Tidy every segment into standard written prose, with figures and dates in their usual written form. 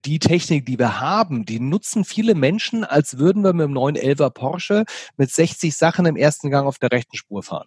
Die Technik, die wir haben, die nutzen viele Menschen, als würden wir mit dem 911er Porsche mit 60 Sachen im ersten Gang auf der rechten Spur fahren.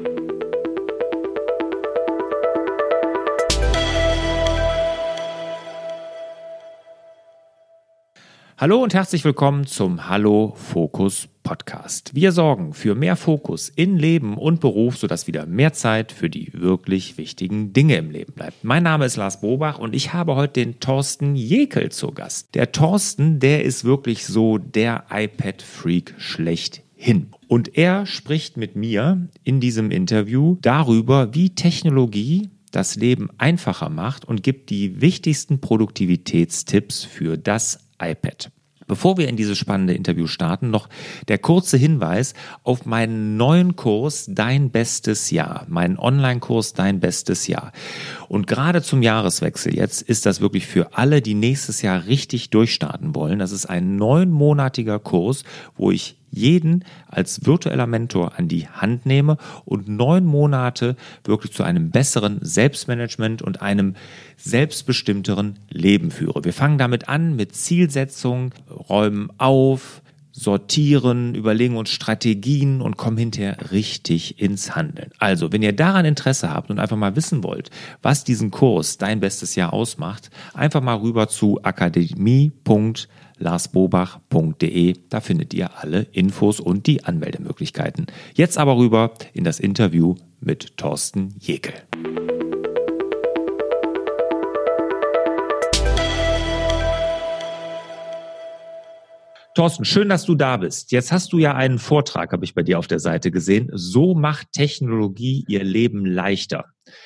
Hallo und herzlich willkommen zum Hallo Fokus Podcast. Wir sorgen für mehr Fokus in Leben und Beruf, sodass wieder mehr Zeit für die wirklich wichtigen Dinge im Leben bleibt. Mein Name ist Lars Bobach und ich habe heute den Thorsten Jekel zu Gast. Der Thorsten, der ist wirklich so der iPad-Freak schlechthin. Und er spricht mit mir in diesem Interview darüber, wie Technologie das Leben einfacher macht und gibt die wichtigsten Produktivitätstipps für das iPad. Bevor wir in dieses spannende Interview starten, noch der kurze Hinweis auf meinen neuen Kurs Dein bestes Jahr, meinen Online-Kurs Dein bestes Jahr. Und gerade zum Jahreswechsel jetzt ist das wirklich für alle, die nächstes Jahr richtig durchstarten wollen. Das ist ein 9-monatiger Kurs, wo ich jeden als virtueller Mentor an die Hand nehme und 9 Monate wirklich zu einem besseren Selbstmanagement und einem selbstbestimmteren Leben führe. Wir fangen damit an mit Zielsetzung, räumen auf, sortieren, überlegen uns Strategien und kommen hinterher richtig ins Handeln. Also, wenn ihr daran Interesse habt und einfach mal wissen wollt, was diesen Kurs Dein bestes Jahr ausmacht, einfach mal rüber zu akademie.larsbobach.de. Da findet ihr alle Infos und die Anmeldemöglichkeiten. Jetzt aber rüber in das Interview mit Thorsten Jekel. Thorsten, schön, dass du da bist. Jetzt hast du ja einen Vortrag, habe ich bei dir auf der Seite gesehen. So macht Technologie ihr Leben leichter.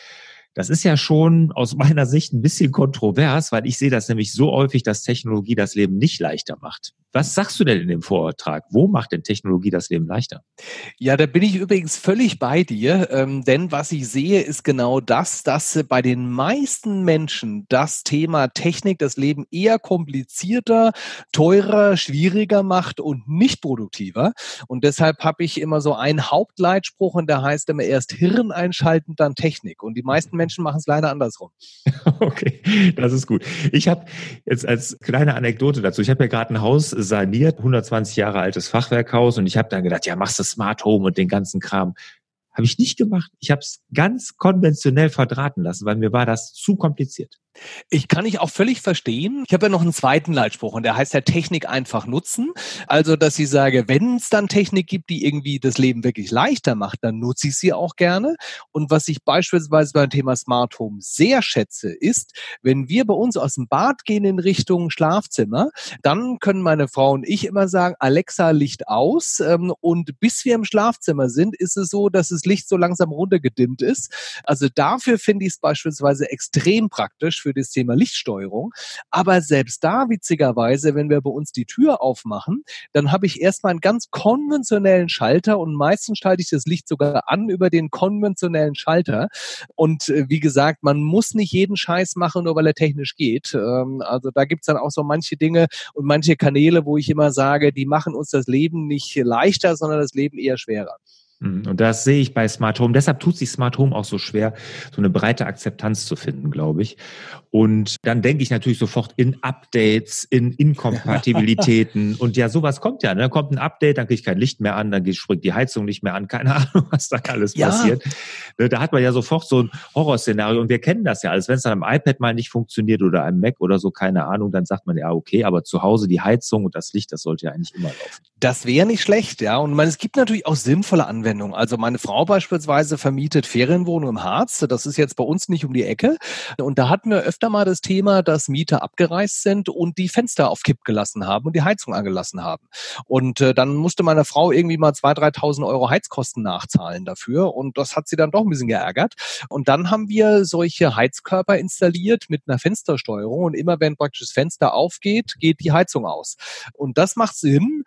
Das ist ja schon aus meiner Sicht ein bisschen kontrovers, weil ich sehe das nämlich so häufig, dass Technologie das Leben nicht leichter macht. Was sagst du denn in dem Vortrag? Wo macht denn Technologie das Leben leichter? Ja, da bin ich übrigens völlig bei dir, denn was ich sehe, ist genau das, dass bei den meisten Menschen das Thema Technik das Leben eher komplizierter, teurer, schwieriger macht und nicht produktiver. Und deshalb habe ich immer so einen Hauptleitspruch und der heißt immer erst Hirn einschalten, dann Technik. Und die meisten Menschen machen es leider andersrum. Okay, das ist gut. Ich habe jetzt als kleine Anekdote dazu, ich habe ja gerade ein Haus saniert, 120 Jahre altes Fachwerkhaus, und ich habe dann gedacht, ja, machst du Smart Home und den ganzen Kram. Habe ich nicht gemacht. Ich habe es ganz konventionell verdrahten lassen, weil mir war das zu kompliziert. Ich kann ich auch völlig verstehen. Ich habe ja noch einen zweiten Leitspruch und der heißt ja Technik einfach nutzen. Also, dass ich sage, wenn es dann Technik gibt, die irgendwie das Leben wirklich leichter macht, dann nutze ich sie auch gerne. Und was ich beispielsweise beim Thema Smart Home sehr schätze, ist, wenn wir bei uns aus dem Bad gehen in Richtung Schlafzimmer, dann können meine Frau und ich immer sagen, Alexa, Licht aus. Und bis wir im Schlafzimmer sind, ist es so, dass das Licht so langsam runtergedimmt ist. Also dafür finde ich es beispielsweise extrem praktisch für das Thema Lichtsteuerung. Aber selbst da, witzigerweise, wenn wir bei uns die Tür aufmachen, dann habe ich erstmal einen ganz konventionellen Schalter und meistens schalte ich das Licht sogar an über den konventionellen Schalter. Und wie gesagt, man muss nicht jeden Scheiß machen, nur weil er technisch geht. Also da gibt's dann auch so manche Dinge und manche Kanäle, wo ich immer sage, die machen uns das Leben nicht leichter, sondern das Leben eher schwerer. Und das sehe ich bei Smart Home. Deshalb tut sich Smart Home auch so schwer, so eine breite Akzeptanz zu finden, glaube ich. Und dann denke ich natürlich sofort in Updates, in Inkompatibilitäten. Und ja, sowas kommt ja. Dann kommt ein Update, dann kriege ich kein Licht mehr an, dann springt die Heizung nicht mehr an. Keine Ahnung, was da alles passiert. Da hat man ja sofort so ein Horrorszenario. Und wir kennen das ja alles. Wenn es dann am iPad mal nicht funktioniert oder am Mac oder so, keine Ahnung, dann sagt man ja, okay, aber zu Hause die Heizung und das Licht, das sollte ja eigentlich immer laufen. Das wäre nicht schlecht, ja. Und es gibt natürlich auch sinnvolle Anwendungen. Also meine Frau beispielsweise vermietet Ferienwohnungen im Harz. Das ist jetzt bei uns nicht um die Ecke. Und da hatten wir öfter mal das Thema, dass Mieter abgereist sind und die Fenster auf Kipp gelassen haben und die Heizung angelassen haben. Und dann musste meine Frau irgendwie mal 2.000, 3.000 Euro Heizkosten nachzahlen dafür. Und das hat sie dann doch ein bisschen geärgert. Und dann haben wir solche Heizkörper installiert mit einer Fenstersteuerung. Und immer wenn praktisch das Fenster aufgeht, geht die Heizung aus. Und das macht Sinn. Allerdings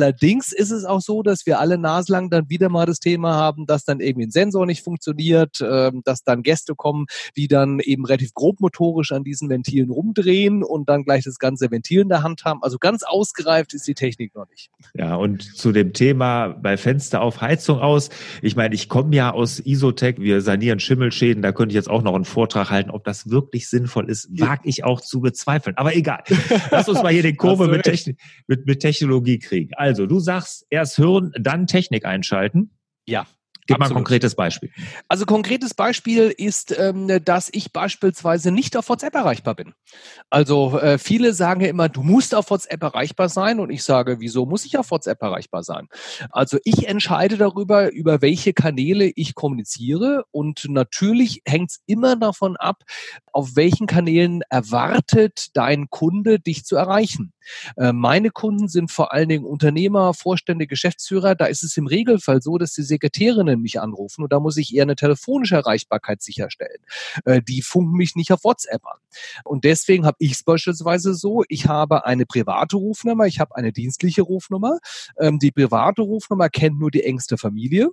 Allerdings ist es auch so, dass wir alle naslang dann wieder mal das Thema haben, dass dann irgendwie ein Sensor nicht funktioniert, dass dann Gäste kommen, die dann eben relativ grobmotorisch an diesen Ventilen rumdrehen und dann gleich das ganze Ventil in der Hand haben. Also ganz ausgereift ist die Technik noch nicht. Ja, und zu dem Thema bei Fenster auf Heizung aus. Ich meine, ich komme ja aus Isotech, wir sanieren Schimmelschäden, da könnte ich jetzt auch noch einen Vortrag halten, ob das wirklich sinnvoll ist, wage ich auch zu bezweifeln. Aber egal, lass uns mal hier den Kurve mit Technologie kriegen. Also, du sagst, erst hören, dann Technik einschalten. Ja. Gib mal ein konkretes Beispiel. Also konkretes Beispiel ist, dass ich beispielsweise nicht auf WhatsApp erreichbar bin. Also viele sagen ja immer, du musst auf WhatsApp erreichbar sein und ich sage, wieso muss ich auf WhatsApp erreichbar sein? Also ich entscheide darüber, über welche Kanäle ich kommuniziere und natürlich hängt es immer davon ab, auf welchen Kanälen erwartet dein Kunde, dich zu erreichen. Meine Kunden sind vor allen Dingen Unternehmer, Vorstände, Geschäftsführer. Da ist es im Regelfall so, dass die Sekretärinnen mich anrufen und da muss ich eher eine telefonische Erreichbarkeit sicherstellen. Die funken mich nicht auf WhatsApp an. Und deswegen habe ich es beispielsweise so, ich habe eine private Rufnummer, ich habe eine dienstliche Rufnummer. Die private Rufnummer kennt nur die engste Familie.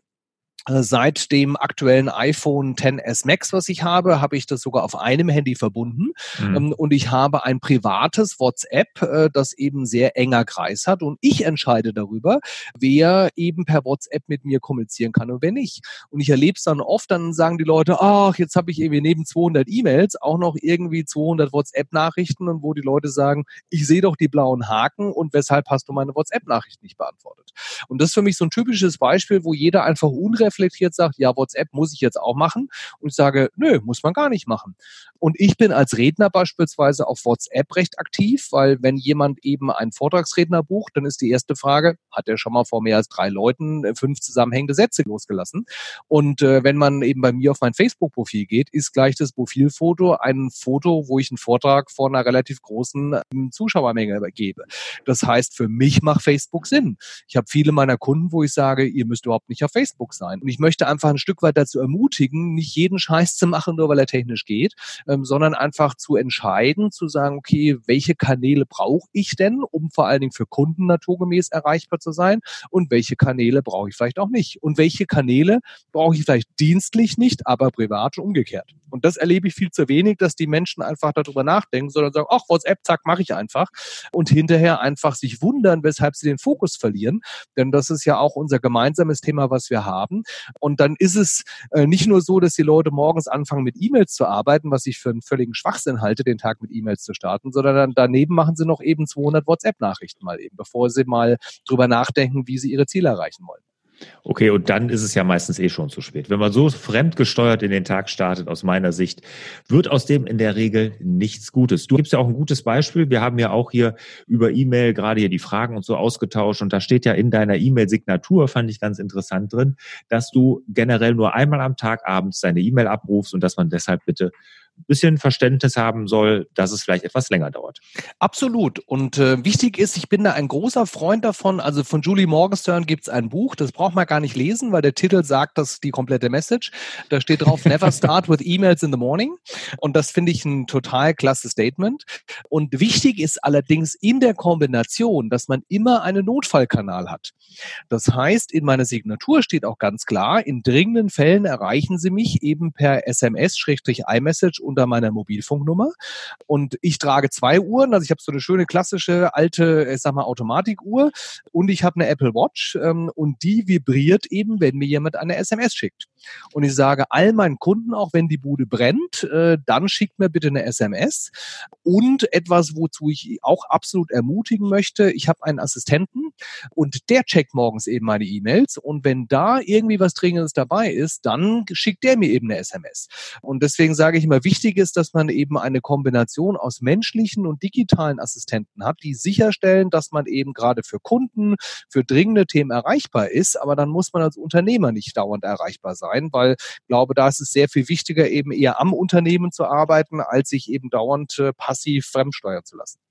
Seit dem aktuellen iPhone XS Max, was ich habe ich das sogar auf einem Handy verbunden. Und ich habe ein privates WhatsApp, das eben sehr enger Kreis hat. Und ich entscheide darüber, wer eben per WhatsApp mit mir kommunizieren kann und wer nicht. Und ich erlebe es dann oft, dann sagen die Leute, ach, jetzt habe ich irgendwie neben 200 E-Mails auch noch irgendwie 200 WhatsApp-Nachrichten und wo die Leute sagen, ich sehe doch die blauen Haken und weshalb hast du meine WhatsApp-Nachricht nicht beantwortet? Und das ist für mich so ein typisches Beispiel, wo jeder einfach unreflektiert sagt, ja, WhatsApp muss ich jetzt auch machen. Und ich sage, nö, muss man gar nicht machen. Und ich bin als Redner beispielsweise auf WhatsApp recht aktiv, weil wenn jemand eben einen Vortragsredner bucht, dann ist die erste Frage, hat er schon mal vor mehr als 3 Leuten 5 zusammenhängende Sätze losgelassen? Und wenn man eben bei mir auf mein Facebook-Profil geht, ist gleich das Profilfoto ein Foto, wo ich einen Vortrag vor einer relativ großen Zuschauermenge gebe. Das heißt, für mich macht Facebook Sinn. Ich habe viele meiner Kunden, wo ich sage, ihr müsst überhaupt nicht auf Facebook sein. Und ich möchte einfach ein Stück weit dazu ermutigen, nicht jeden Scheiß zu machen, nur weil er technisch geht, sondern einfach zu entscheiden, zu sagen, okay, welche Kanäle brauche ich denn, um vor allen Dingen für Kunden naturgemäß erreichbar zu sein und welche Kanäle brauche ich vielleicht auch nicht. Und welche Kanäle brauche ich vielleicht dienstlich nicht, aber privat und umgekehrt. Und das erlebe ich viel zu wenig, dass die Menschen einfach darüber nachdenken, sondern sagen, ach, WhatsApp, zack, mache ich einfach. Und hinterher einfach sich wundern, weshalb sie den Fokus verlieren. Denn das ist ja auch unser gemeinsames Thema, was wir haben. Und dann ist es nicht nur so, dass die Leute morgens anfangen, mit E-Mails zu arbeiten, was ich für einen völligen Schwachsinn halte, den Tag mit E-Mails zu starten, sondern dann daneben machen sie noch eben 200 WhatsApp-Nachrichten mal eben, bevor sie mal drüber nachdenken, wie sie ihre Ziele erreichen wollen. Okay, und dann ist es ja meistens schon zu spät. Wenn man so fremdgesteuert in den Tag startet, aus meiner Sicht, wird aus dem in der Regel nichts Gutes. Du gibst ja auch ein gutes Beispiel. Wir haben ja auch hier über E-Mail gerade hier die Fragen und so ausgetauscht und da steht ja in deiner E-Mail-Signatur, fand ich ganz interessant drin, dass du generell nur einmal am Tag abends deine E-Mail abrufst und dass man deshalb bitte ein bisschen Verständnis haben soll, dass es vielleicht etwas länger dauert. Absolut. Und wichtig ist, ich bin da ein großer Freund davon, also von Julie Morgenstern gibt es ein Buch, das braucht man gar nicht lesen, weil der Titel sagt das die komplette Message. Da steht drauf, never start with emails in the morning. Und das finde ich ein total klasse Statement. Und wichtig ist allerdings in der Kombination, dass man immer einen Notfallkanal hat. Das heißt, in meiner Signatur steht auch ganz klar, in dringenden Fällen erreichen Sie mich eben per SMS/iMessage unter meiner Mobilfunknummer. Und ich trage 2 Uhren, also ich habe so eine schöne klassische alte, ich sag mal, Automatikuhr und ich habe eine Apple Watch und die vibriert eben, wenn mir jemand eine SMS schickt. Und ich sage all meinen Kunden, auch wenn die Bude brennt, dann schickt mir bitte eine SMS. Und etwas, wozu ich auch absolut ermutigen möchte, ich habe einen Assistenten und der checkt morgens eben meine E-Mails und wenn da irgendwie was Dringendes dabei ist, dann schickt der mir eben eine SMS. Und deswegen sage ich immer, wichtig ist, dass man eben eine Kombination aus menschlichen und digitalen Assistenten hat, die sicherstellen, dass man eben gerade für Kunden, für dringende Themen erreichbar ist, aber dann muss man als Unternehmer nicht dauernd erreichbar sein, weil ich glaube, da ist es sehr viel wichtiger, eben eher am Unternehmen zu arbeiten, als sich eben dauernd passiv fremdsteuern zu lassen.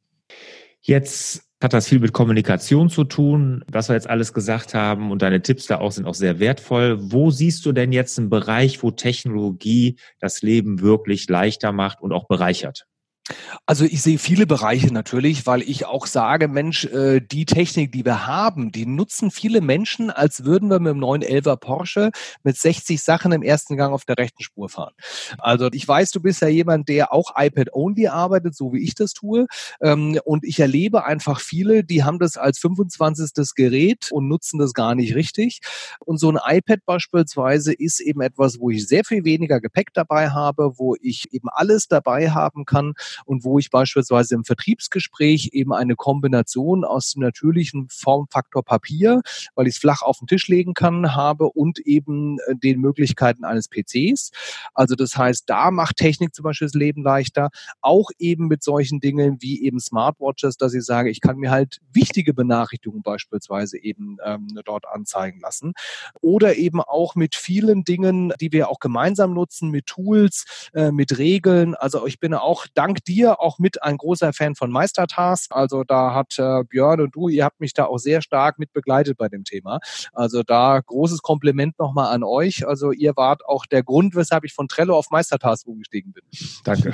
Jetzt hat das viel mit Kommunikation zu tun, was wir jetzt alles gesagt haben und deine Tipps da auch sind auch sehr wertvoll. Wo siehst du denn jetzt einen Bereich, wo Technologie das Leben wirklich leichter macht und auch bereichert? Also ich sehe viele Bereiche natürlich, weil ich auch sage, Mensch, die Technik, die wir haben, die nutzen viele Menschen, als würden wir mit dem 911er Porsche mit 60 Sachen im ersten Gang auf der rechten Spur fahren. Also ich weiß, du bist ja jemand, der auch iPad-only arbeitet, so wie ich das tue. Und ich erlebe einfach viele, die haben das als 25. Gerät und nutzen das gar nicht richtig. Und so ein iPad beispielsweise ist eben etwas, wo ich sehr viel weniger Gepäck dabei habe, wo ich eben alles dabei haben kann und wo ich beispielsweise im Vertriebsgespräch eben eine Kombination aus dem natürlichen Formfaktor Papier, weil ich es flach auf den Tisch legen kann, habe und eben den Möglichkeiten eines PCs. Also das heißt, da macht Technik zum Beispiel das Leben leichter, auch eben mit solchen Dingen wie eben Smartwatches, dass ich sage, ich kann mir halt wichtige Benachrichtigungen beispielsweise eben dort anzeigen lassen. Oder eben auch mit vielen Dingen, die wir auch gemeinsam nutzen, mit Tools, mit Regeln. Also ich bin auch dank dir auch mit ein großer Fan von Meistertask. Also da hat Björn und du, ihr habt mich da auch sehr stark mit begleitet bei dem Thema. Also da großes Kompliment nochmal an euch. Also ihr wart auch der Grund, weshalb ich von Trello auf Meistertask umgestiegen bin. Danke.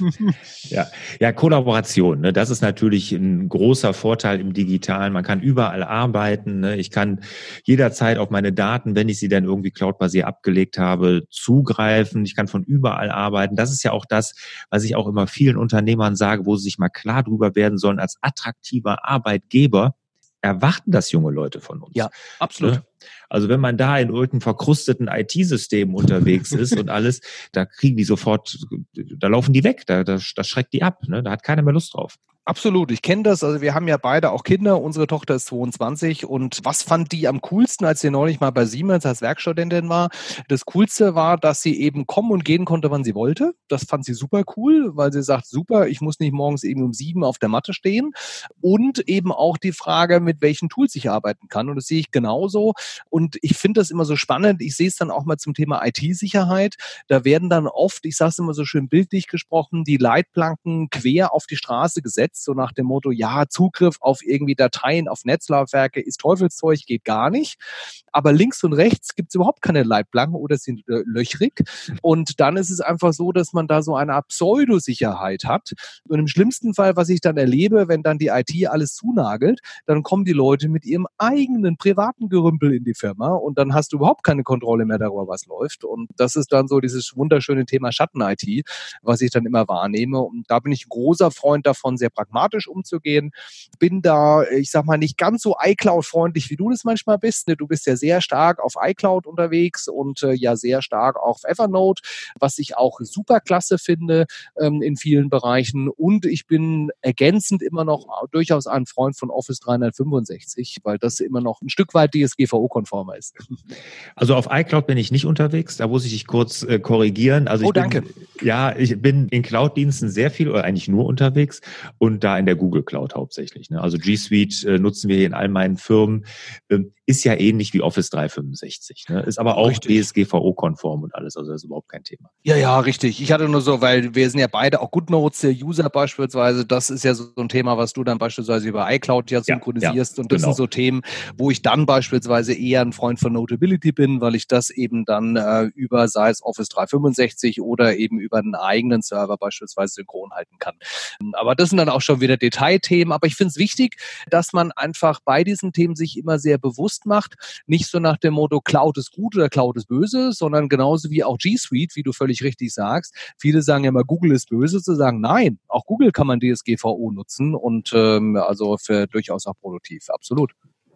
Ja, Kollaboration, ne? Das ist natürlich ein großer Vorteil im Digitalen. Man kann überall arbeiten. Ne? Ich kann jederzeit auf meine Daten, wenn ich sie dann irgendwie cloudbasiert abgelegt habe, zugreifen. Ich kann von überall arbeiten. Das ist ja auch das, was ich auch immer vielen Unternehmern sage, wo sie sich mal klar drüber werden sollen, als attraktiver Arbeitgeber erwarten das junge Leute von uns. Ja, absolut. Ne? Also wenn man da in irgendeinem verkrusteten IT-System unterwegs ist und alles, da kriegen die sofort, da laufen die weg, das schreckt die ab, ne? Da hat keiner mehr Lust drauf. Absolut, ich kenne das. Also wir haben ja beide auch Kinder. Unsere Tochter ist 22 und was fand die am coolsten, als sie neulich mal bei Siemens als Werkstudentin war? Das Coolste war, dass sie eben kommen und gehen konnte, wann sie wollte. Das fand sie super cool, weil sie sagt, super, ich muss nicht morgens eben um 7 auf der Matte stehen. Und eben auch die Frage, mit welchen Tools ich arbeiten kann. Und das sehe ich genauso. Und ich finde das immer so spannend. Ich sehe es dann auch mal zum Thema IT-Sicherheit. Da werden dann oft, ich sage es immer so schön bildlich gesprochen, die Leitplanken quer auf die Straße gesetzt. So nach dem Motto, ja, Zugriff auf irgendwie Dateien, auf Netzlaufwerke ist Teufelszeug, geht gar nicht. Aber links und rechts gibt es überhaupt keine Leitplanken oder sind löchrig. Und dann ist es einfach so, dass man da so eine Art Pseudosicherheit hat. Und im schlimmsten Fall, was ich dann erlebe, wenn dann die IT alles zunagelt, dann kommen die Leute mit ihrem eigenen privaten Gerümpel in die Firma und dann hast du überhaupt keine Kontrolle mehr darüber, was läuft. Und das ist dann so dieses wunderschöne Thema Schatten-IT, was ich dann immer wahrnehme. Und da bin ich ein großer Freund davon, sehr pragmatisch umzugehen. Bin da, ich sag mal, nicht ganz so iCloud-freundlich, wie du das manchmal bist. Du bist ja sehr stark auf iCloud unterwegs und ja sehr stark auf Evernote, was ich auch super klasse finde in vielen Bereichen. Und ich bin ergänzend immer noch durchaus ein Freund von Office 365, weil das immer noch ein Stück weit DSGVO-konformer ist. Also auf iCloud bin ich nicht unterwegs, da muss ich dich kurz korrigieren. Also danke. Ich bin in Cloud-Diensten sehr viel oder eigentlich nur unterwegs und da in der Google Cloud hauptsächlich. Ne? Also G Suite nutzen wir hier in all meinen Firmen. Ist ja ähnlich wie Office 365. Ne? Ist aber auch DSGVO-konform und alles, also das ist überhaupt kein Thema. Ja, richtig. Ich hatte nur so, weil wir sind ja beide auch GoodNotes-User beispielsweise. Das ist ja so ein Thema, was du dann beispielsweise über iCloud ja synchronisierst. Ja, und das sind so Themen, wo ich dann beispielsweise eher ein Freund von Notability bin, weil ich das eben dann über, sei es Office 365 oder eben über einen eigenen Server beispielsweise synchron halten kann. Aber das sind dann auch schon wieder Detailthemen. Aber ich finde es wichtig, dass man einfach bei diesen Themen sich immer sehr bewusst macht. Nicht so nach dem Motto, Cloud ist gut oder Cloud ist böse, sondern genauso wie auch G Suite, wie du völlig richtig sagst. Viele sagen ja immer, Google ist böse, zu sagen, nein, auch Google kann man DSGVO nutzen und also für durchaus auch produktiv, absolut.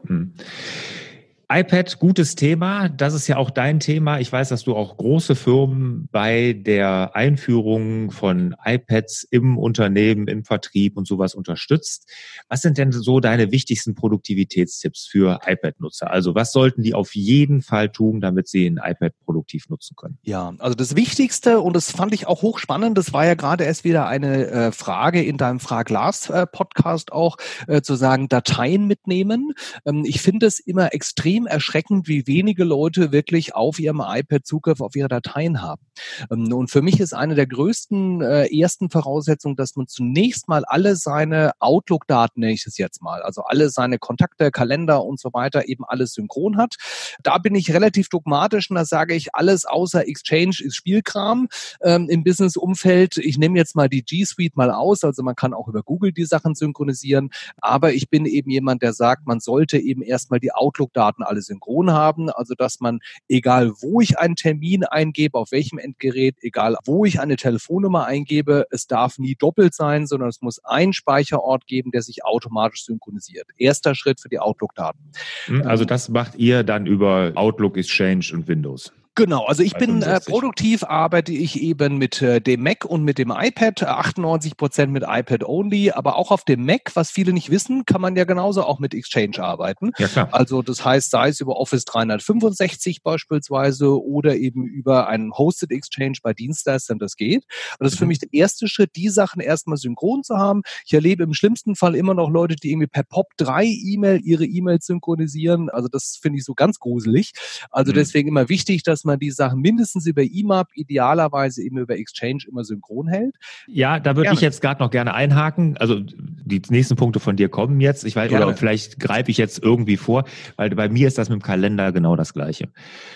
iPad, gutes Thema. Das ist ja auch dein Thema. Ich weiß, dass du auch große Firmen bei der Einführung von iPads im Unternehmen, im Vertrieb und sowas unterstützt. Was sind denn so deine wichtigsten Produktivitätstipps für iPad-Nutzer? Also was sollten die auf jeden Fall tun, damit sie ein iPad produktiv nutzen können? Ja, also das Wichtigste, und das fand ich auch hochspannend, das war ja gerade erst wieder eine Frage in deinem Frag-Lars-Podcast auch, zu sagen, Dateien mitnehmen. Ich finde es immer extrem extrem erschreckend, wie wenige Leute wirklich auf ihrem iPad Zugriff auf ihre Dateien haben. Und für mich ist eine der größten ersten Voraussetzungen, dass man zunächst mal alle seine Outlook-Daten, nenne ich es jetzt mal, also alle seine Kontakte, Kalender und so weiter, eben alles synchron hat. Da bin ich relativ dogmatisch und da sage ich, alles außer Exchange ist Spielkram im Business-Umfeld. Ich nehme jetzt mal die G Suite mal aus, also man kann auch über Google die Sachen synchronisieren, aber ich bin eben jemand, der sagt, man sollte eben erstmal die Outlook-Daten alle synchron haben, also dass man, egal wo ich einen Termin eingebe, auf welchem Endgerät, egal wo ich eine Telefonnummer eingebe, es darf nie doppelt sein, sondern es muss einen Speicherort geben, der sich automatisch synchronisiert. Erster Schritt für die Outlook-Daten. Also das macht ihr dann über Outlook, Exchange und Windows? Genau, also ich bin produktiv, arbeite ich eben mit dem Mac und mit dem iPad, 98% mit iPad only, aber auch auf dem Mac, was viele nicht wissen, kann man ja genauso auch mit Exchange arbeiten. Ja, klar. Also das heißt, sei es über Office 365 beispielsweise oder eben über einen Hosted Exchange bei Dienstleistern, das geht. Und das ist für mich der erste Schritt, die Sachen erstmal synchron zu haben. Ich erlebe im schlimmsten Fall immer noch Leute, die irgendwie per POP3-E-Mail ihre E-Mails synchronisieren. Also das finde ich so ganz gruselig. Also deswegen immer wichtig, dass man die Sachen mindestens über IMAP, idealerweise eben über Exchange immer synchron hält. Ja, da würde ich jetzt gerade noch gerne einhaken. Also die nächsten Punkte von dir kommen jetzt. Ich weiß, oder vielleicht greife ich jetzt irgendwie vor, weil bei mir ist das mit dem Kalender genau das Gleiche.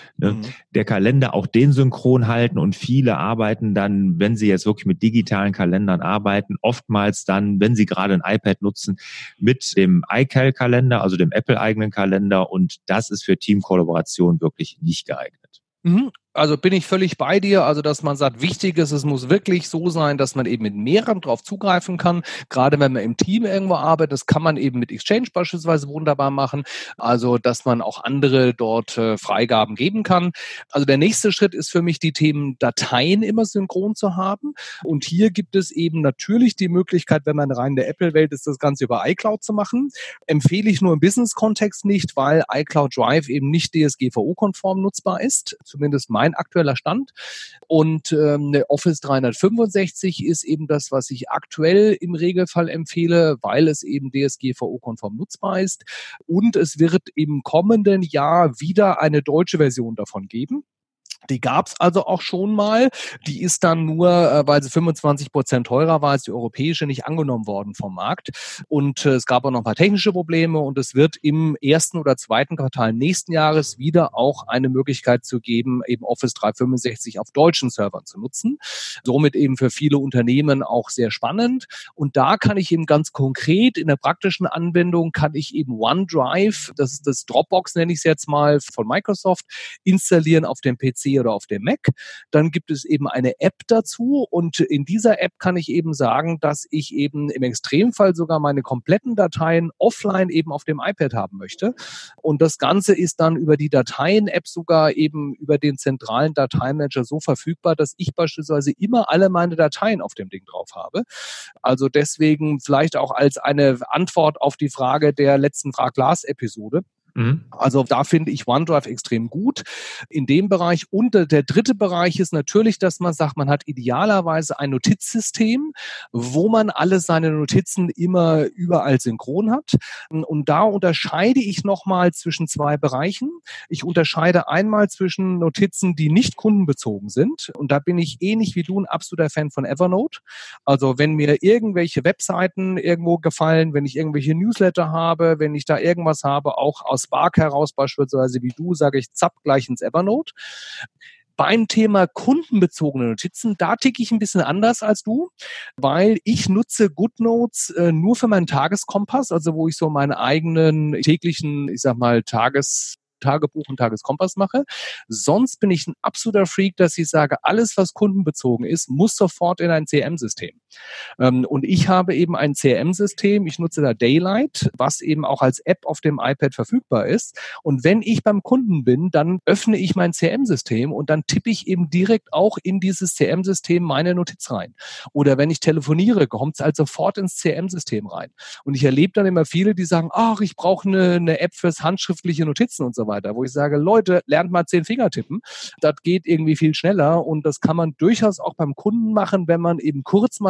Der Kalender, auch den synchron halten, und viele arbeiten dann, wenn sie jetzt wirklich mit digitalen Kalendern arbeiten, oftmals dann, wenn sie gerade ein iPad nutzen, mit dem iCal-Kalender, also dem Apple-eigenen Kalender, und das ist für Teamkollaboration wirklich nicht geeignet. Also bin ich völlig bei dir, also dass man sagt, wichtig ist, es muss wirklich so sein, dass man eben mit mehreren drauf zugreifen kann. Gerade wenn man im Team irgendwo arbeitet, das kann man eben mit Exchange beispielsweise wunderbar machen, also dass man auch andere dort Freigaben geben kann. Also der nächste Schritt ist für mich, die Themen Dateien immer synchron zu haben, und hier gibt es eben natürlich die Möglichkeit, wenn man rein in der Apple-Welt ist, das Ganze über iCloud zu machen. Empfehle ich nur im Business-Kontext nicht, weil iCloud Drive eben nicht DSGVO-konform nutzbar ist, zumindest mein aktueller Stand. Und Office 365 ist eben das, was ich aktuell im Regelfall empfehle, weil es eben DSGVO-konform nutzbar ist. Und es wird im kommenden Jahr wieder eine deutsche Version davon geben. Die gab's also auch schon mal. Die ist dann nur, weil sie 25% teurer war als die europäische, nicht angenommen worden vom Markt. Und es gab auch noch ein paar technische Probleme, und es wird im ersten oder zweiten Quartal nächsten Jahres wieder auch eine Möglichkeit zu geben, eben Office 365 auf deutschen Servern zu nutzen. Somit eben für viele Unternehmen auch sehr spannend. Und da kann ich eben ganz konkret in der praktischen Anwendung kann ich eben OneDrive, das ist das Dropbox, nenne ich es jetzt mal, von Microsoft, installieren auf dem PC oder auf dem Mac. Dann gibt es eben eine App dazu, und in dieser App kann ich eben sagen, dass ich eben im Extremfall sogar meine kompletten Dateien offline eben auf dem iPad haben möchte. Und das Ganze ist dann über die Dateien-App sogar eben über den zentralen Dateimanager so verfügbar, dass ich beispielsweise immer alle meine Dateien auf dem Ding drauf habe. Also deswegen vielleicht auch als eine Antwort auf die Frage der letzten Frag-Lars-Episode. Also da finde ich OneDrive extrem gut in dem Bereich. Und der dritte Bereich ist natürlich, dass man sagt, man hat idealerweise ein Notizsystem, wo man alle seine Notizen immer überall synchron hat. Und da unterscheide ich nochmal zwischen zwei Bereichen. Ich unterscheide einmal zwischen Notizen, die nicht kundenbezogen sind. Und da bin ich ähnlich wie du ein absoluter Fan von Evernote. Also wenn mir irgendwelche Webseiten irgendwo gefallen, wenn ich irgendwelche Newsletter habe, wenn ich da irgendwas habe, auch aus Spark heraus beispielsweise wie du, sage ich, zapp, gleich ins Evernote. Beim Thema kundenbezogene Notizen, da ticke ich ein bisschen anders als du, weil ich nutze GoodNotes nur für meinen Tageskompass, also wo ich so meine eigenen täglichen, ich sag mal, Tagebuch und Tageskompass mache. Sonst bin ich ein absoluter Freak, dass ich sage, alles, was kundenbezogen ist, muss sofort in ein CRM-System. Und ich habe eben ein CRM-System, ich nutze da Daylight, was eben auch als App auf dem iPad verfügbar ist. Und wenn ich beim Kunden bin, dann öffne ich mein CRM-System und dann tippe ich eben direkt auch in dieses CRM-System meine Notiz rein. Oder wenn ich telefoniere, kommt es halt sofort ins CRM-System rein. Und ich erlebe dann immer viele, die sagen, ach, ich brauche eine App fürs handschriftliche Notizen und so weiter, wo ich sage, Leute, lernt mal 10 Finger tippen. Das geht irgendwie viel schneller, und das kann man durchaus auch beim Kunden machen, wenn man eben kurz mal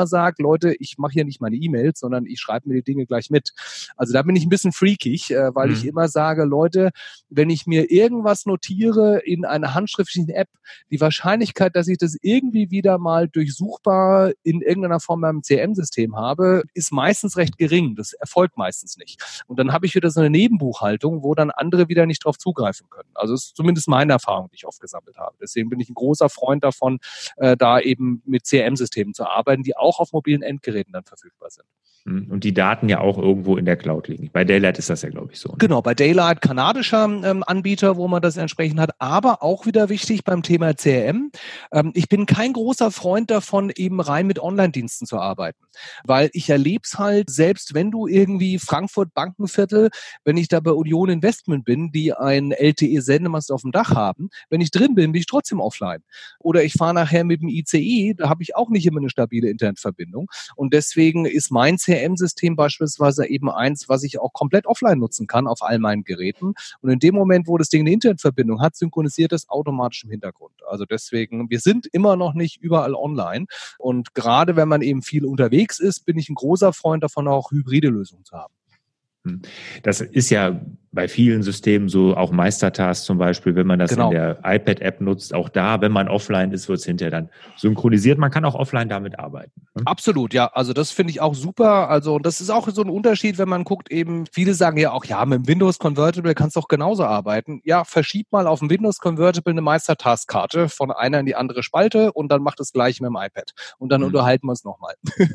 sage, Leute, ich mache hier nicht meine E-Mails, sondern ich schreibe mir die Dinge gleich mit. Also da bin ich ein bisschen freakig, weil ich immer sage, Leute, wenn ich mir irgendwas notiere in einer handschriftlichen App, die Wahrscheinlichkeit, dass ich das irgendwie wieder mal durchsuchbar in irgendeiner Form beim CRM-System habe, ist meistens recht gering. Das erfolgt meistens nicht. Und dann habe ich wieder so eine Nebenbuchhaltung, wo dann andere wieder nicht drauf zugreifen können. Also das ist zumindest meine Erfahrung, die ich oft gesammelt habe. Deswegen bin ich ein großer Freund davon, da eben mit CRM-Systemen zu arbeiten, die auch auf mobilen Endgeräten dann verfügbar sind. Und die Daten ja auch irgendwo in der Cloud liegen. Bei Daylight ist das ja, glaube ich, so. Ne? Genau, bei Daylight, kanadischer Anbieter, wo man das entsprechend hat, aber auch wieder wichtig beim Thema CRM. Ich bin kein großer Freund davon, eben rein mit Online-Diensten zu arbeiten, weil ich erlebe es halt, selbst wenn du irgendwie Frankfurt Bankenviertel, wenn ich da bei Union Investment bin, die ein LTE-Sendemast auf dem Dach haben, wenn ich drin bin ich trotzdem offline. Oder ich fahre nachher mit dem ICE, da habe ich auch nicht immer eine stabile Internetverbindung. Und deswegen ist mein CRM-System beispielsweise eben eins, was ich auch komplett offline nutzen kann auf all meinen Geräten. Und in dem Moment, wo das Ding eine Internetverbindung hat, synchronisiert es automatisch im Hintergrund. Also deswegen, wir sind immer noch nicht überall online. Und gerade wenn man eben viel unterwegs ist, bin ich ein großer Freund davon, auch hybride Lösungen zu haben. Das ist ja bei vielen Systemen so, auch Meistertask zum Beispiel, wenn man das in der iPad-App nutzt, auch da, wenn man offline ist, wird es hinterher dann synchronisiert. Man kann auch offline damit arbeiten. Absolut, ja. Also das finde ich auch super. Also das ist auch so ein Unterschied, wenn man guckt, eben viele sagen ja auch, ja, mit dem Windows Convertible kannst du auch genauso arbeiten. Ja, verschieb mal auf dem Windows Convertible eine Meistertask-Karte von einer in die andere Spalte und dann macht das gleiche mit dem iPad. Und dann unterhalten wir uns nochmal.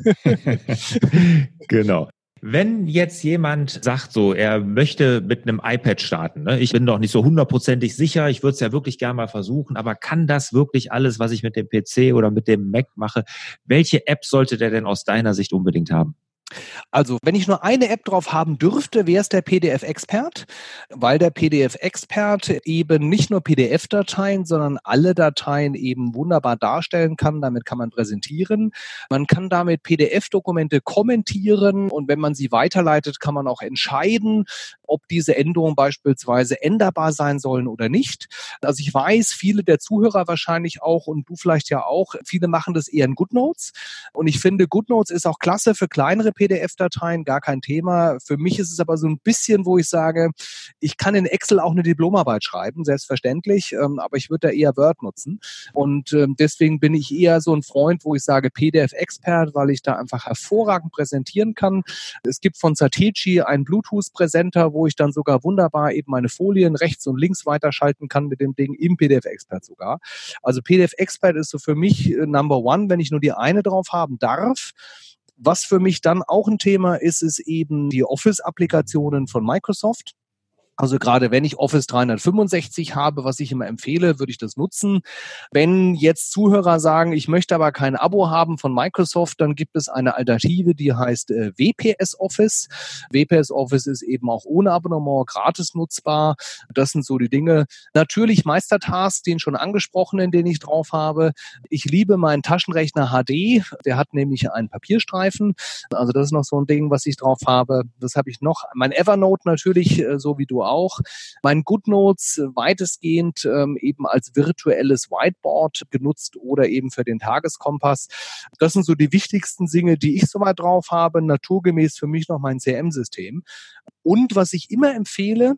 Genau. Wenn jetzt jemand sagt, so, er möchte mit einem iPad starten, ne? Ich bin doch nicht so hundertprozentig sicher, ich würde es ja wirklich gerne mal versuchen, aber kann das wirklich alles, was ich mit dem PC oder mit dem Mac mache? Welche App sollte der denn aus deiner Sicht unbedingt haben? Also, wenn ich nur eine App drauf haben dürfte, wäre es der PDF-Expert, weil der PDF-Expert eben nicht nur PDF-Dateien, sondern alle Dateien eben wunderbar darstellen kann. Damit kann man präsentieren. Man kann damit PDF-Dokumente kommentieren und wenn man sie weiterleitet, kann man auch entscheiden, ob diese Änderungen beispielsweise änderbar sein sollen oder nicht. Also ich weiß, viele der Zuhörer wahrscheinlich auch und du vielleicht ja auch, viele machen das eher in GoodNotes. Und ich finde, GoodNotes ist auch klasse für kleinere PDF-Dateien, gar kein Thema. Für mich ist es aber so ein bisschen, wo ich sage, ich kann in Excel auch eine Diplomarbeit schreiben, selbstverständlich, aber ich würde da eher Word nutzen. Und deswegen bin ich eher so ein Freund, wo ich sage PDF-Expert, weil ich da einfach hervorragend präsentieren kann. Es gibt von Satechi einen Bluetooth-Präsenter, wo ich dann sogar wunderbar eben meine Folien rechts und links weiterschalten kann mit dem Ding im PDF-Expert sogar. Also PDF-Expert ist so für mich Number One, wenn ich nur die eine drauf haben darf. Was für mich dann auch ein Thema ist, ist eben die Office-Applikationen von Microsoft. Also gerade wenn ich Office 365 habe, was ich immer empfehle, würde ich das nutzen. Wenn jetzt Zuhörer sagen, ich möchte aber kein Abo haben von Microsoft, dann gibt es eine Alternative, die heißt WPS Office. WPS Office ist eben auch ohne Abonnement gratis nutzbar. Das sind so die Dinge. Natürlich Meistertask, den schon angesprochenen, den ich drauf habe. Ich liebe meinen Taschenrechner HD. Der hat nämlich einen Papierstreifen. Also das ist noch so ein Ding, was ich drauf habe. Was habe ich noch? Mein Evernote natürlich, so wie du auch. Mein GoodNotes weitestgehend eben als virtuelles Whiteboard genutzt oder eben für den Tageskompass. Das sind so die wichtigsten Dinge, die ich so mal drauf habe. Naturgemäß für mich noch mein CRM-System. Und was ich immer empfehle,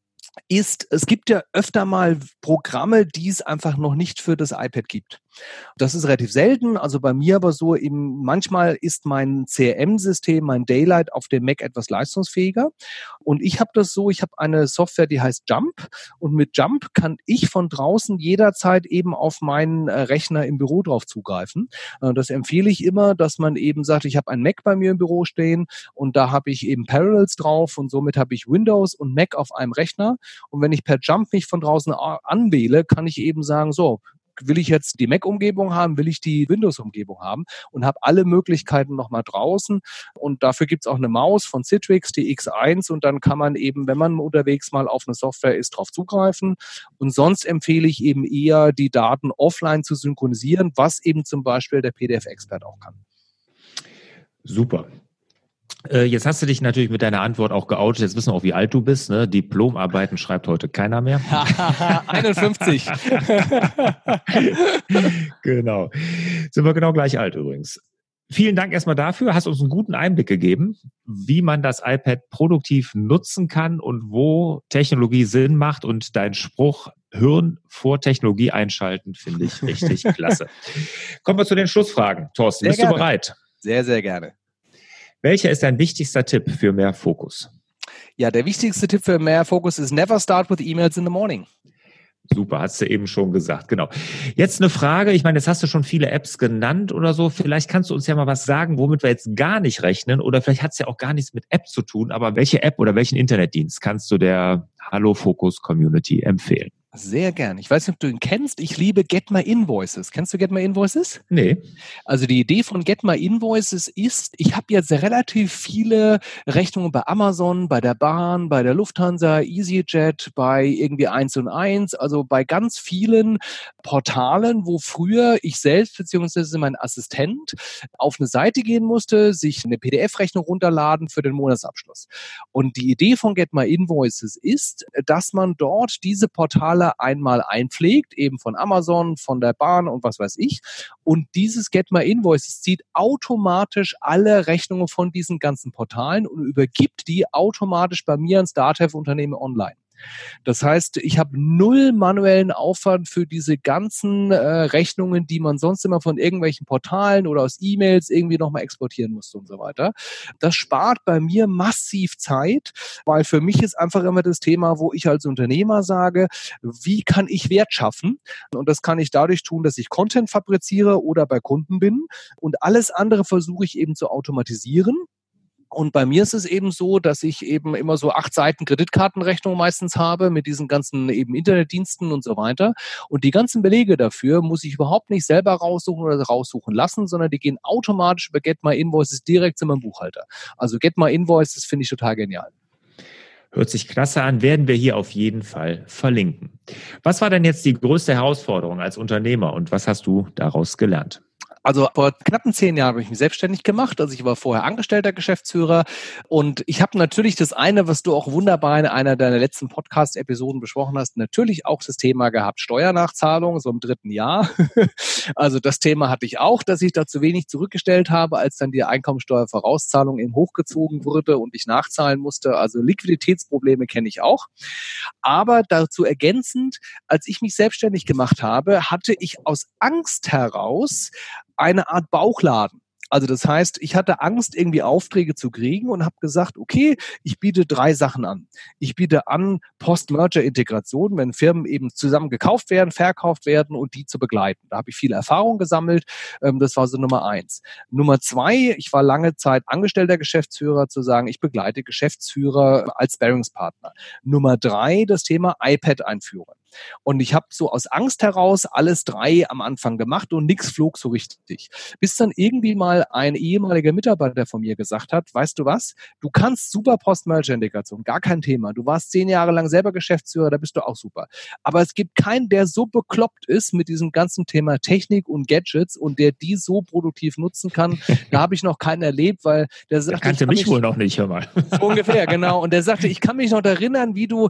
ist, es gibt ja öfter mal Programme, die es einfach noch nicht für das iPad gibt. Das ist relativ selten, also bei mir aber so eben, manchmal ist mein CRM-System, mein Daylight auf dem Mac etwas leistungsfähiger und ich habe das so, ich habe eine Software, die heißt Jump und mit Jump kann ich von draußen jederzeit eben auf meinen Rechner im Büro drauf zugreifen. Das empfehle ich immer, dass man eben sagt, ich habe ein Mac bei mir im Büro stehen und da habe ich eben Parallels drauf und somit habe ich Windows und Mac auf einem Rechner und wenn ich per Jump mich von draußen anwähle, kann ich eben sagen, so, will ich jetzt die Mac-Umgebung haben, will ich die Windows-Umgebung haben und habe alle Möglichkeiten nochmal draußen und dafür gibt's auch eine Maus von Citrix, die X1 und dann kann man eben, wenn man unterwegs mal auf eine Software ist, drauf zugreifen und sonst empfehle ich eben eher, die Daten offline zu synchronisieren, was eben zum Beispiel der PDF-Expert auch kann. Super. Jetzt hast du dich natürlich mit deiner Antwort auch geoutet. Jetzt wissen wir auch, wie alt du bist. Ne? Diplomarbeiten schreibt heute keiner mehr. 51. Genau. Sind wir genau gleich alt übrigens. Vielen Dank erstmal dafür. Hast uns einen guten Einblick gegeben, wie man das iPad produktiv nutzen kann und wo Technologie Sinn macht. Und dein Spruch, Hirn vor Technologie einschalten, finde ich richtig klasse. Kommen wir zu den Schlussfragen. Thorsten, bist du bereit? Sehr, sehr gerne. Welcher ist dein wichtigster Tipp für mehr Fokus? Ja, der wichtigste Tipp für mehr Fokus ist never start with emails in the morning. Super, hast du eben schon gesagt, genau. Jetzt eine Frage, ich meine, jetzt hast du schon viele Apps genannt oder so, vielleicht kannst du uns ja mal was sagen, womit wir jetzt gar nicht rechnen oder vielleicht hat es ja auch gar nichts mit App zu tun, aber welche App oder welchen Internetdienst kannst du der Hallo Fokus Community empfehlen? Sehr gern. Ich weiß nicht, ob du ihn kennst. Ich liebe Get My Invoices. Kennst du Get My Invoices? Nee. Also die Idee von Get My Invoices ist, ich habe jetzt relativ viele Rechnungen bei Amazon, bei der Bahn, bei der Lufthansa, EasyJet, bei irgendwie 1&1, also bei ganz vielen Portalen, wo früher ich selbst bzw. mein Assistent auf eine Seite gehen musste, sich eine PDF-Rechnung runterladen für den Monatsabschluss. Und die Idee von Get My Invoices ist, dass man dort diese Portale einmal einpflegt, eben von Amazon, von der Bahn und was weiß ich. Und dieses Get My Invoices zieht automatisch alle Rechnungen von diesen ganzen Portalen und übergibt die automatisch bei mir ans DATEV-Unternehmen online. Das heißt, ich habe null manuellen Aufwand für diese ganzen Rechnungen, die man sonst immer von irgendwelchen Portalen oder aus E-Mails irgendwie nochmal exportieren musste und so weiter. Das spart bei mir massiv Zeit, weil für mich ist einfach immer das Thema, wo ich als Unternehmer sage, wie kann ich Wert schaffen? Und das kann ich dadurch tun, dass ich Content fabriziere oder bei Kunden bin. Und alles andere versuche ich eben zu automatisieren. Und bei mir ist es eben so, dass ich eben immer so 8 Seiten Kreditkartenrechnung meistens habe mit diesen ganzen eben Internetdiensten und so weiter. Und die ganzen Belege dafür muss ich überhaupt nicht selber raussuchen oder raussuchen lassen, sondern die gehen automatisch über Get My Invoices direkt zu meinem Buchhalter. Also Get My Invoices finde ich total genial. Hört sich klasse an, werden wir hier auf jeden Fall verlinken. Was war denn jetzt die größte Herausforderung als Unternehmer und was hast du daraus gelernt? Also vor knappen 10 Jahren habe ich mich selbstständig gemacht. Also ich war vorher angestellter Geschäftsführer und ich habe natürlich das eine, was du auch wunderbar in einer deiner letzten Podcast-Episoden besprochen hast, natürlich auch das Thema gehabt, Steuernachzahlung, so im 3. Jahr. Also das Thema hatte ich auch, dass ich da zu wenig zurückgestellt habe, als dann die Einkommensteuervorauszahlung eben hochgezogen wurde und ich nachzahlen musste. Also Liquiditätsprobleme kenne ich auch. Aber dazu ergänzend, als ich mich selbstständig gemacht habe, hatte ich aus Angst heraus eine Art Bauchladen. Also das heißt, ich hatte Angst, irgendwie Aufträge zu kriegen und habe gesagt, okay, ich biete 3 Sachen an. Ich biete an Post-Merger-Integration, wenn Firmen eben zusammen gekauft werden, verkauft werden und die zu begleiten. Da habe ich viel Erfahrung gesammelt. Das war so Nummer 1. Nummer 2, ich war lange Zeit angestellter Geschäftsführer, zu sagen, ich begleite Geschäftsführer als Sparringspartner. Nummer 3, das Thema iPad-Einführung. Und ich habe so aus Angst heraus alles 3 am Anfang gemacht und nichts flog so richtig. Bis dann irgendwie mal ein ehemaliger Mitarbeiter von mir gesagt hat, weißt du was, du kannst super Post-Merger-Integration, gar kein Thema. Du warst 10 Jahre lang selber Geschäftsführer, da bist du auch super. Aber es gibt keinen, der so bekloppt ist mit diesem ganzen Thema Technik und Gadgets und der die so produktiv nutzen kann. Da habe ich noch keinen erlebt, weil der sagte, der kannte mich wohl noch nicht, hör mal. So ungefähr, genau. Und der sagte, ich kann mich noch erinnern, wie du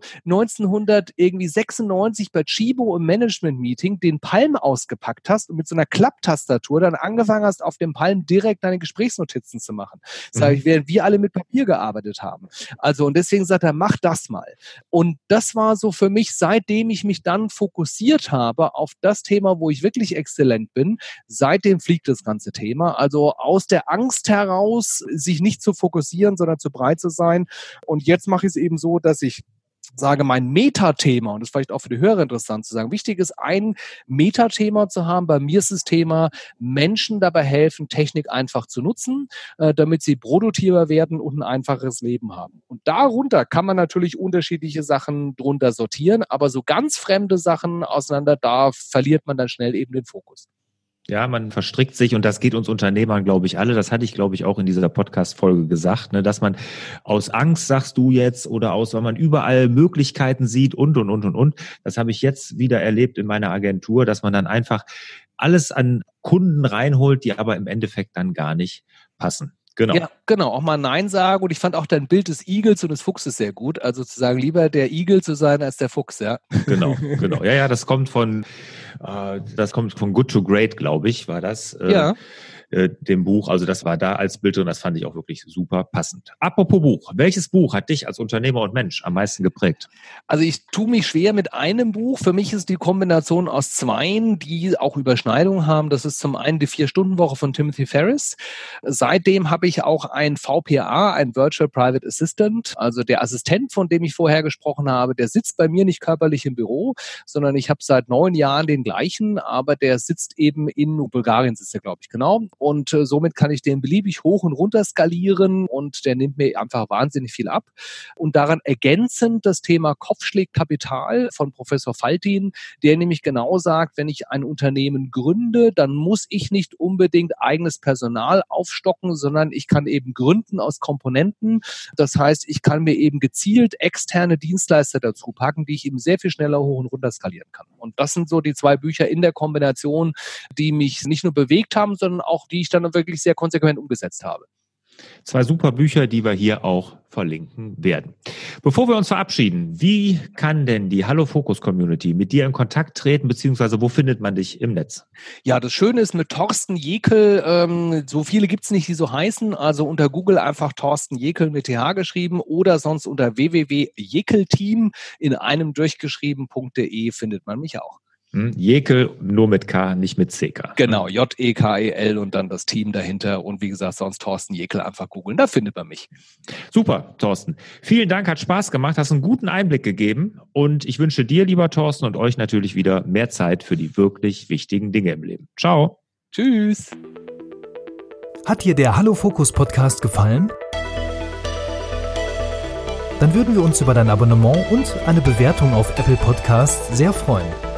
1996 bei Chibo im Management-Meeting den Palm ausgepackt hast und mit so einer Klapptastatur dann angefangen hast, auf dem Palm direkt deine Gesprächsnotizen zu machen. Sag ich, während wir alle mit Papier gearbeitet haben. Also, und deswegen sagt er, mach das mal. Und das war so für mich, seitdem ich mich dann fokussiert habe auf das Thema, wo ich wirklich exzellent bin, seitdem fliegt das ganze Thema. Also aus der Angst heraus, sich nicht zu fokussieren, sondern zu breit zu sein. Und jetzt mache ich es eben so, dass ich sage, mein Metathema, und das ist vielleicht auch für die Hörer interessant zu sagen, wichtig ist, ein Metathema zu haben. Bei mir ist das Thema, Menschen dabei helfen, Technik einfach zu nutzen, damit sie produktiver werden und ein einfaches Leben haben. Und darunter kann man natürlich unterschiedliche Sachen drunter sortieren, aber so ganz fremde Sachen auseinander, da verliert man dann schnell eben den Fokus. Ja, man verstrickt sich und das geht uns Unternehmern, glaube ich, alle. Das hatte ich, glaube ich, auch in dieser Podcast-Folge gesagt, ne, dass man aus Angst, sagst du jetzt, oder aus, weil man überall Möglichkeiten sieht und. Das habe ich jetzt wieder erlebt in meiner Agentur, dass man dann einfach alles an Kunden reinholt, die aber im Endeffekt dann gar nicht passen. Genau. Ja, genau, auch mal Nein sagen. Und ich fand auch dein Bild des Igels und des Fuchses sehr gut. Also zu sagen, lieber der Igel zu sein als der Fuchs, ja. Genau. Ja, das kommt von Good to Great, glaube ich, war das. Ja. dem Buch. Also das war da als Bild drin, das fand ich auch wirklich super passend. Apropos Buch, welches Buch hat dich als Unternehmer und Mensch am meisten geprägt? Also ich tue mich schwer mit einem Buch. Für mich ist die Kombination aus zweien, die auch Überschneidungen haben. Das ist zum einen die 4-Stunden-Woche von Timothy Ferriss. Seitdem habe ich auch ein VPA, ein Virtual Private Assistant, also der Assistent, von dem ich vorher gesprochen habe, der sitzt bei mir nicht körperlich im Büro, sondern ich habe seit 9 Jahren den gleichen, aber der sitzt eben in Bulgarien, sitzt er, glaube ich, genau. Und somit kann ich den beliebig hoch und runter skalieren und der nimmt mir einfach wahnsinnig viel ab. Und daran ergänzend das Thema Kopfschlägkapital von Professor Faltin, der nämlich genau sagt, wenn ich ein Unternehmen gründe, dann muss ich nicht unbedingt eigenes Personal aufstocken, sondern ich kann eben gründen aus Komponenten. Das heißt, ich kann mir eben gezielt externe Dienstleister dazu packen, die ich eben sehr viel schneller hoch und runter skalieren kann. Und das sind so die 2 Bücher in der Kombination, die mich nicht nur bewegt haben, sondern auch die ich dann wirklich sehr konsequent umgesetzt habe. 2 super Bücher, die wir hier auch verlinken werden. Bevor wir uns verabschieden, wie kann denn die Hallo Fokus Community mit dir in Kontakt treten, beziehungsweise wo findet man dich im Netz? Ja, das Schöne ist mit Thorsten Jekel, so viele gibt es nicht, die so heißen, also unter Google einfach Thorsten Jekel mit TH geschrieben oder sonst unter www.jekelteam in einem durchgeschrieben.de findet man mich auch. Jekel nur mit K, nicht mit CK. Genau, Jekel und dann das Team dahinter und wie gesagt, sonst Thorsten Jekel einfach googeln, da findet man mich. Super, Thorsten. Vielen Dank, hat Spaß gemacht, hast einen guten Einblick gegeben und ich wünsche dir, lieber Thorsten, und euch natürlich wieder mehr Zeit für die wirklich wichtigen Dinge im Leben. Ciao. Tschüss. Hat dir der Hallo Fokus Podcast gefallen? Dann würden wir uns über dein Abonnement und eine Bewertung auf Apple Podcasts sehr freuen.